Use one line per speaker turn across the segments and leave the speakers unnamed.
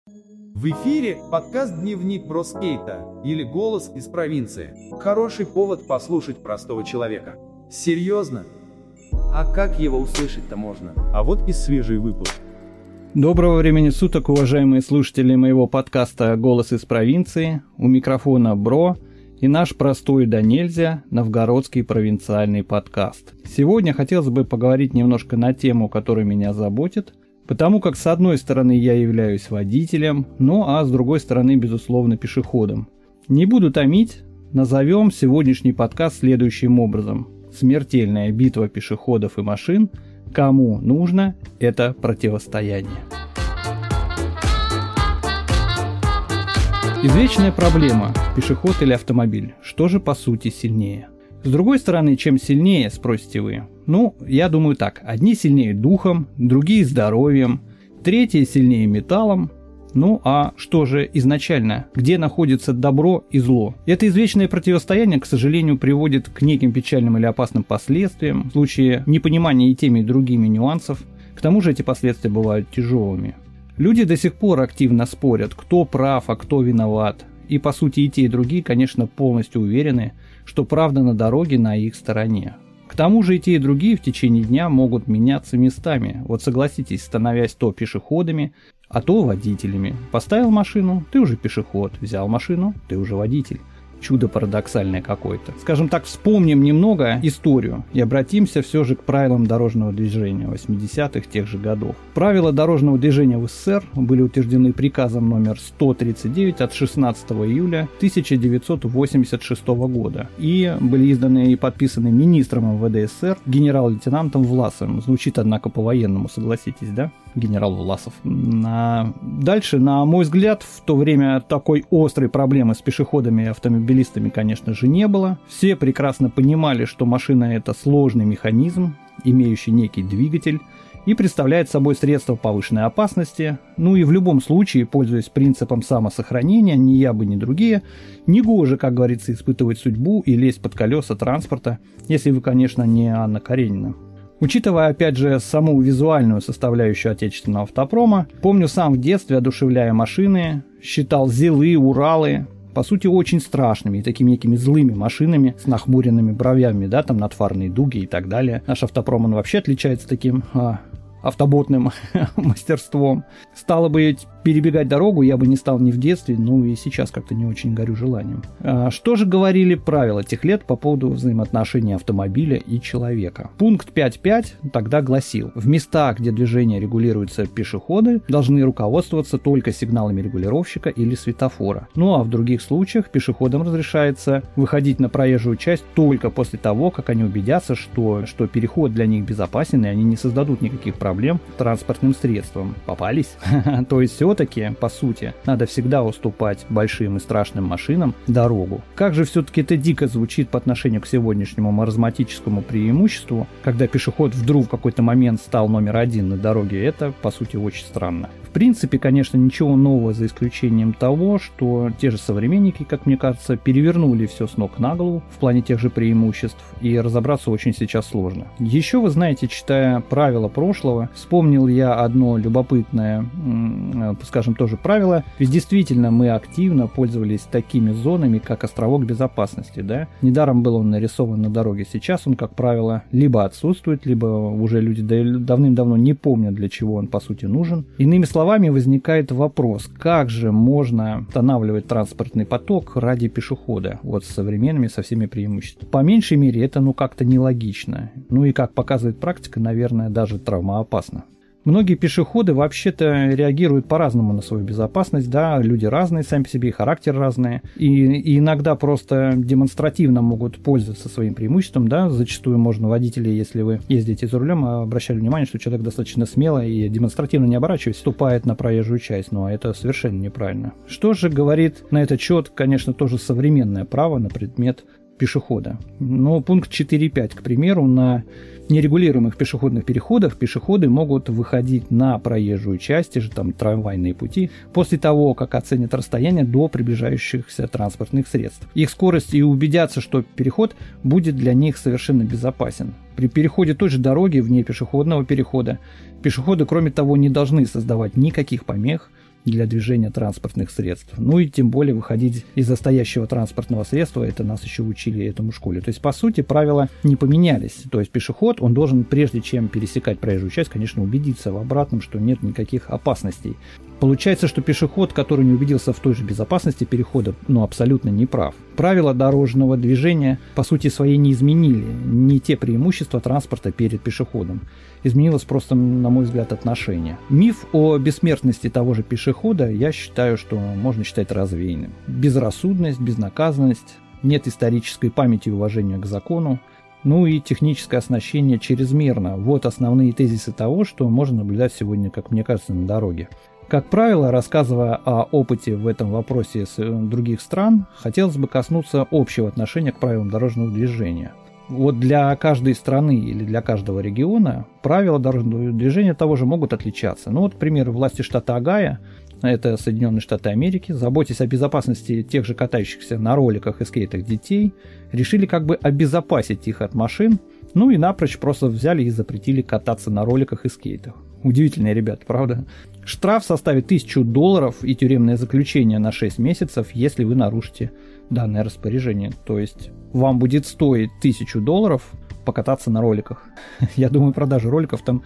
В эфире подкаст «Дневник Броскейта» или «Голос из провинции». Хороший повод послушать простого человека. Серьезно? А как его услышать-то можно?
А вот и свежий выпуск.
Доброго времени суток, уважаемые слушатели моего подкаста «Голос из провинции». У микрофона Бро и наш простой да нельзя новгородский провинциальный подкаст. Сегодня хотелось бы поговорить немножко на тему, которая меня заботит, потому как с одной стороны я являюсь водителем, ну а с другой стороны, безусловно, пешеходом. Не буду томить, назовем сегодняшний подкаст следующим образом. Смертельная битва пешеходов и машин. Кому нужно это противостояние? Извечная проблема – пешеход или автомобиль. Что же по сути сильнее? С другой стороны, чем сильнее, спросите вы? Ну, я думаю так. Одни сильнее духом, другие здоровьем, третьи сильнее металлом. Ну а что же изначально? Где находится добро и зло? Это извечное противостояние, к сожалению, приводит к неким печальным или опасным последствиям в случае непонимания и теми, и другими нюансов. К тому же эти последствия бывают тяжелыми. Люди до сих пор активно спорят, кто прав, а кто виноват. И по сути и те, и другие, конечно, полностью уверены, что правда на дороге на их стороне. К тому же и те, и другие в течение дня могут меняться местами. Вот согласитесь, становясь то пешеходами, а то водителями. Поставил машину, ты уже пешеход, взял машину, ты уже водитель. Чудо парадоксальное какое-то. Скажем так, вспомним немного историю и обратимся все же к правилам дорожного движения 80-х тех же годов. Правила дорожного движения в СССР были утверждены приказом номер 139 от 16 июля 1986 года и были изданы и подписаны министром МВД СССР генерал-лейтенантом Власовым. Звучит, однако, по-военному, согласитесь, да? Генерал Власов. Дальше, на мой взгляд, в то время такой острой проблемы с пешеходами и автомобилистами, конечно же, не было. Все прекрасно понимали, что машина – это сложный механизм, имеющий некий двигатель, и представляет собой средство повышенной опасности. Ну и в любом случае, пользуясь принципом самосохранения, ни я бы, ни другие, негоже, как говорится, испытывать судьбу и лезть под колеса транспорта, если вы, конечно, не Анна Каренина. Учитывая, опять же, саму визуальную составляющую отечественного автопрома, помню сам в детстве, одушевляя машины, считал ЗИЛы, Уралы, по сути, очень страшными и такими некими злыми машинами с нахмуренными бровями, да, там надфарные дуги и так далее. Наш автопром, он вообще отличается таким автоботным мастерством. Стало быть, перебегать дорогу я бы не стал ни в детстве, ну и сейчас как-то не очень горю желанием. Что же говорили правила тех лет по поводу взаимоотношений автомобиля и человека? Пункт 5.5 тогда гласил: в местах, где движение регулируется пешеходы, должны руководствоваться только сигналами регулировщика или светофора. Ну а в других случаях пешеходам разрешается выходить на проезжую часть только после того, как они убедятся, что переход для них безопасен и они не создадут никаких проблем транспортным средствам. Попались? То есть все-таки, по сути, надо всегда уступать большим и страшным машинам дорогу. Как же все-таки это дико звучит по отношению к сегодняшнему маразматическому преимуществу, когда пешеход вдруг в какой-то момент стал номер один на дороге, это, по сути, очень странно. В принципе, конечно, ничего нового, за исключением того, что те же современники, как мне кажется, перевернули все с ног на голову в плане тех же преимуществ, и разобраться очень сейчас сложно. Еще, вы знаете, читая правила прошлого, вспомнил я одно любопытное, скажем, тоже правило. Ведь действительно мы активно пользовались такими зонами, как островок безопасности, да? Недаром был он нарисован на дороге. Сейчас он, как правило, либо отсутствует, либо уже люди давным-давно не помнят, для чего он по сути нужен. Иными словами, возникает вопрос, как же можно останавливать транспортный поток ради пешехода, вот с современными, со всеми преимуществами. По меньшей мере, это как-то нелогично. Ну и как показывает практика, наверное, даже травмоопасно. Многие пешеходы вообще-то реагируют по-разному на свою безопасность, да, люди разные, сами по себе, и характер разные, и иногда просто демонстративно могут пользоваться своим преимуществом, да, зачастую можно водители, если вы ездите за рулем, обращали внимание, что человек достаточно смело и демонстративно не оборачиваясь, вступает на проезжую часть, но это совершенно неправильно. Что же говорит на этот счет, конечно, тоже современное право на предмет пешехода. Но пункт 4.5, к примеру, на нерегулируемых пешеходных переходах пешеходы могут выходить на проезжую часть, те же там трамвайные пути, после того, как оценят расстояние до приближающихся транспортных средств. Их скорость и убедятся, что переход будет для них совершенно безопасен. При переходе той же дороги вне пешеходного перехода пешеходы, кроме того, не должны создавать никаких помех, для движения транспортных средств. Ну и тем более выходить из-за стоящего транспортного средства, это нас еще учили этому в школе. То есть, по сути, правила не поменялись. То есть, пешеход, он должен, прежде чем пересекать проезжую часть, конечно, убедиться в обратном, что нет никаких опасностей. Получается, что пешеход, который не убедился в той же безопасности перехода, абсолютно не прав. Правила дорожного движения, по сути своей, не изменили не те преимущества транспорта перед пешеходом. Изменилось просто, на мой взгляд, отношение. Миф о бессмертности того же пешехода, я считаю, что можно считать развеянным. Безрассудность, безнаказанность, нет исторической памяти и уважения к закону, и техническое оснащение чрезмерно. Вот основные тезисы того, что можно наблюдать сегодня, как мне кажется, на дороге. Как правило, рассказывая о опыте в этом вопросе с других стран, хотелось бы коснуться общего отношения к правилам дорожного движения. Вот для каждой страны или для каждого региона правила дорожного движения того же могут отличаться. К примеру, власти штата Огайо, это Соединенные Штаты Америки, заботясь о безопасности тех же катающихся на роликах и скейтах детей, решили обезопасить их от машин, и напрочь просто взяли и запретили кататься на роликах и скейтах. Удивительные ребята, правда? Штраф составит $1000 и тюремное заключение на 6 месяцев, если вы нарушите данное распоряжение. То есть вам будет стоить $1000 покататься на роликах. Я думаю, продажи роликов там,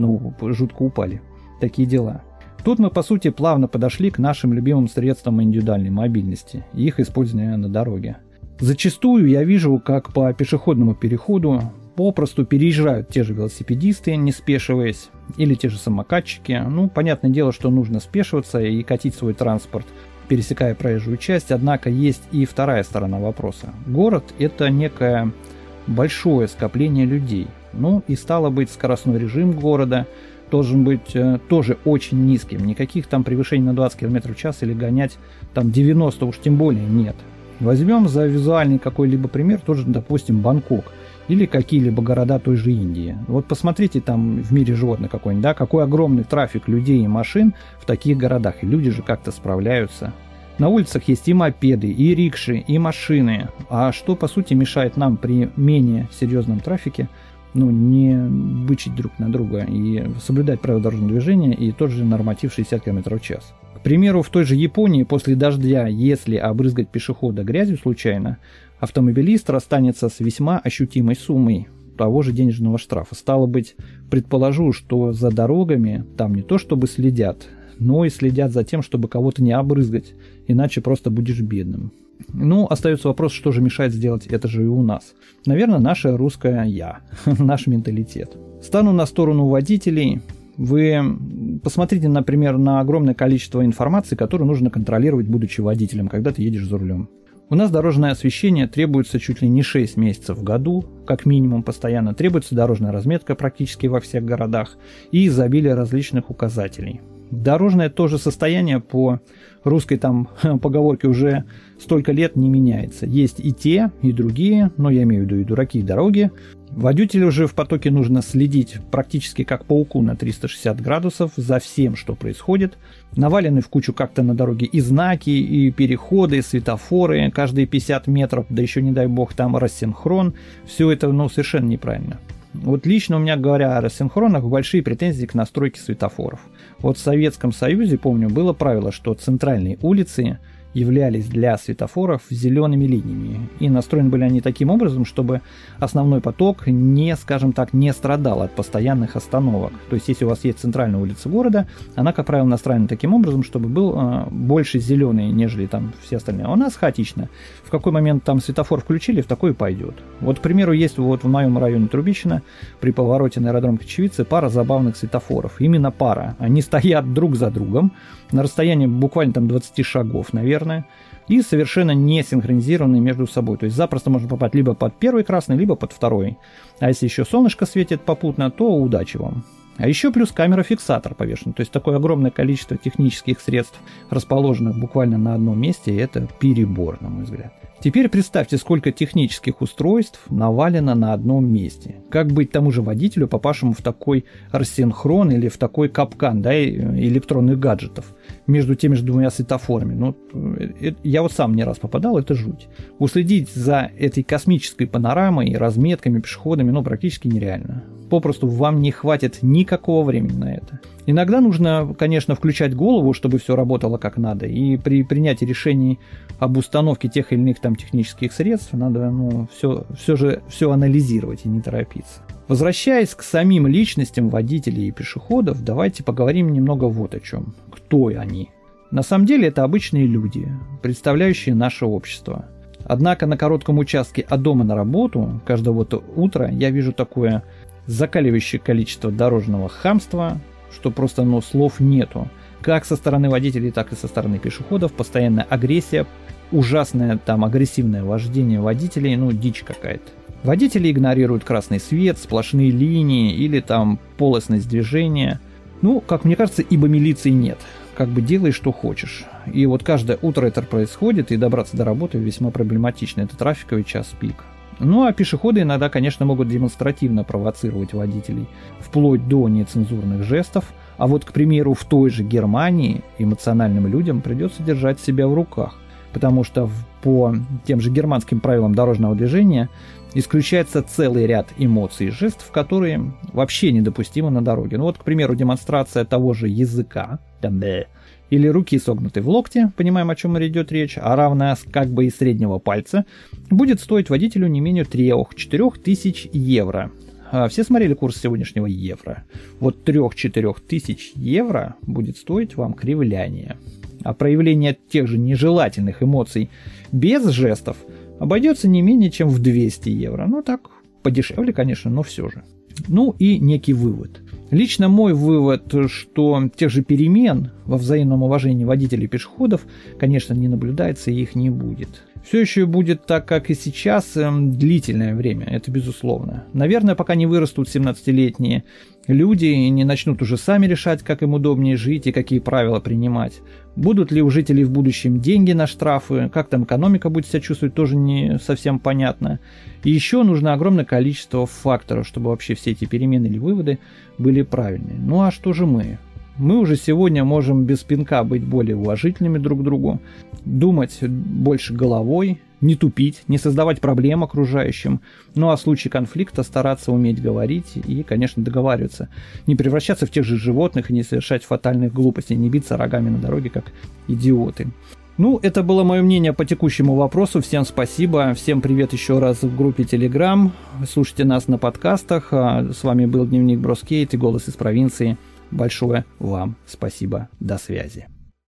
жутко упали. Такие дела. Тут мы, по сути, плавно подошли к нашим любимым средствам индивидуальной мобильности и их использованию на дороге. Зачастую я вижу, как по пешеходному переходу попросту переезжают те же велосипедисты, не спешиваясь, или те же самокатчики. Понятное дело, что нужно спешиваться и катить свой транспорт, пересекая проезжую часть, однако есть и вторая сторона вопроса. Город – это некое большое скопление людей. И стало быть, скоростной режим города должен быть тоже очень низким. Никаких там превышений на 20 км в час или гонять там 90 уж тем более нет. Возьмем за визуальный какой-либо пример, тоже, допустим, Бангкок или какие-либо города той же Индии. Вот посмотрите там в мире животных какой-нибудь, какой огромный трафик людей и машин в таких городах, и люди же как-то справляются. На улицах есть и мопеды, и рикши, и машины. А что, по сути, мешает нам при менее серьезном трафике не бычить друг на друга и соблюдать правила дорожного движения и тот же норматив 60 км в час? К примеру, в той же Японии после дождя, если обрызгать пешехода грязью случайно, автомобилист расстанется с весьма ощутимой суммой того же денежного штрафа. Стало быть, предположу, что за дорогами там не то чтобы следят, но и следят за тем, чтобы кого-то не обрызгать, иначе просто будешь бедным. Остается вопрос, что же мешает сделать это же и у нас. Наверное, наше русское «я», наш менталитет. Стану на сторону водителей. Вы посмотрите, например, на огромное количество информации, которую нужно контролировать, будучи водителем, когда ты едешь за рулем. У нас дорожное освещение требуется чуть ли не 6 месяцев в году, как минимум постоянно. Требуется дорожная разметка практически во всех городах и изобилие различных указателей. Дорожное тоже состояние по русской поговорке уже столько лет не меняется. Есть и те, и другие, но я имею в виду и дураки, и дороги. Водителю же в потоке нужно следить практически как пауку на 360 градусов за всем, что происходит. Навалены в кучу как-то на дороге и знаки, и переходы, и светофоры, каждые 50 метров, да еще не дай бог там рассинхрон. Все это совершенно неправильно. Вот лично у меня, говоря о рассинхронах, большие претензии к настройке светофоров. Вот в Советском Союзе, помню, было правило, что центральные улицы являлись для светофоров зелеными линиями. И настроены были они таким образом, чтобы основной поток не страдал от постоянных остановок. То есть, если у вас есть центральная улица города, она, как правило, настроена таким образом, чтобы был больше зеленый, нежели там все остальные. А у нас хаотично. В какой момент там светофор включили, в такой и пойдет. Вот, к примеру, есть вот в моем районе Трубищино при повороте на аэродром Кочевицы пара забавных светофоров. Именно пара. Они стоят друг за другом на расстоянии буквально 20 шагов, наверное, и совершенно не синхронизированные между собой. То есть запросто можно попасть либо под первый красный, либо под второй. А если еще солнышко светит попутно, то удачи вам. А еще плюс камера-фиксатор повешен. То есть такое огромное количество технических средств, расположенных буквально на одном месте, и это перебор, на мой взгляд. Теперь представьте, сколько технических устройств навалено на одном месте. Как быть тому же водителю, попавшему в такой рассинхрон или в такой капкан, электронных гаджетов между теми же двумя светофорами? Я вот сам не раз попадал, это жуть. Уследить за этой космической панорамой, разметками, пешеходами, практически нереально. попросту вам не хватит никакого времени на это. Иногда нужно, конечно, включать голову, чтобы все работало как надо, и при принятии решений об установке тех или иных там технических средств надо все анализировать и не торопиться. Возвращаясь к самим личностям водителей и пешеходов, давайте поговорим немного вот о чем. Кто они? На самом деле это обычные люди, представляющие наше общество. Однако на коротком участке от дома на работу каждое утро я вижу такое закаливающее количество дорожного хамства, что просто слов нету. Как со стороны водителей, так и со стороны пешеходов. Постоянная агрессия, ужасное агрессивное вождение водителей, дичь какая-то. Водители игнорируют красный свет, сплошные линии или полостность движения. Как мне кажется, ибо милиции нет. Как бы делай, что хочешь. И вот каждое утро это происходит, и добраться до работы весьма проблематично. Это трафиковый час пик. А пешеходы иногда, конечно, могут демонстративно провоцировать водителей, вплоть до нецензурных жестов. А вот, к примеру, в той же Германии эмоциональным людям придется держать себя в руках, потому что по тем же германским правилам дорожного движения исключается целый ряд эмоций и жестов, которые вообще недопустимы на дороге. К примеру, демонстрация того же языка, или руки согнутой в локте, понимаем, о чем идет речь, а равная и среднего пальца, будет стоить водителю не менее 3-4 тысяч евро. Все смотрели курс сегодняшнего евро. Вот 3-4 тысяч евро будет стоить вам кривляние. А проявление тех же нежелательных эмоций без жестов обойдется не менее чем в 200 евро. Так, подешевле, конечно, но все же. И некий вывод. Лично мой вывод, что тех же перемен во взаимном уважении водителей и пешеходов, конечно, не наблюдается и их не будет. Все еще будет так, как и сейчас, длительное время, это безусловно. Наверное, пока не вырастут 17-летние люди и не начнут уже сами решать, как им удобнее жить и какие правила принимать. Будут ли у жителей в будущем деньги на штрафы, как экономика будет себя чувствовать, тоже не совсем понятно. И еще нужно огромное количество факторов, чтобы вообще все эти перемены или выводы были правильные. А что же мы? Мы уже сегодня можем без пинка быть более уважительными друг к другу, думать больше головой, не тупить, не создавать проблем окружающим, а в случае конфликта стараться уметь говорить и, конечно, договариваться, не превращаться в тех же животных и не совершать фатальных глупостей, не биться рогами на дороге, как идиоты. Это было мое мнение по текущему вопросу. Всем спасибо. Всем привет еще раз в группе Telegram. Слушайте нас на подкастах. С вами был Дневник Броскейт и Голос из провинции. Большое вам спасибо. До связи.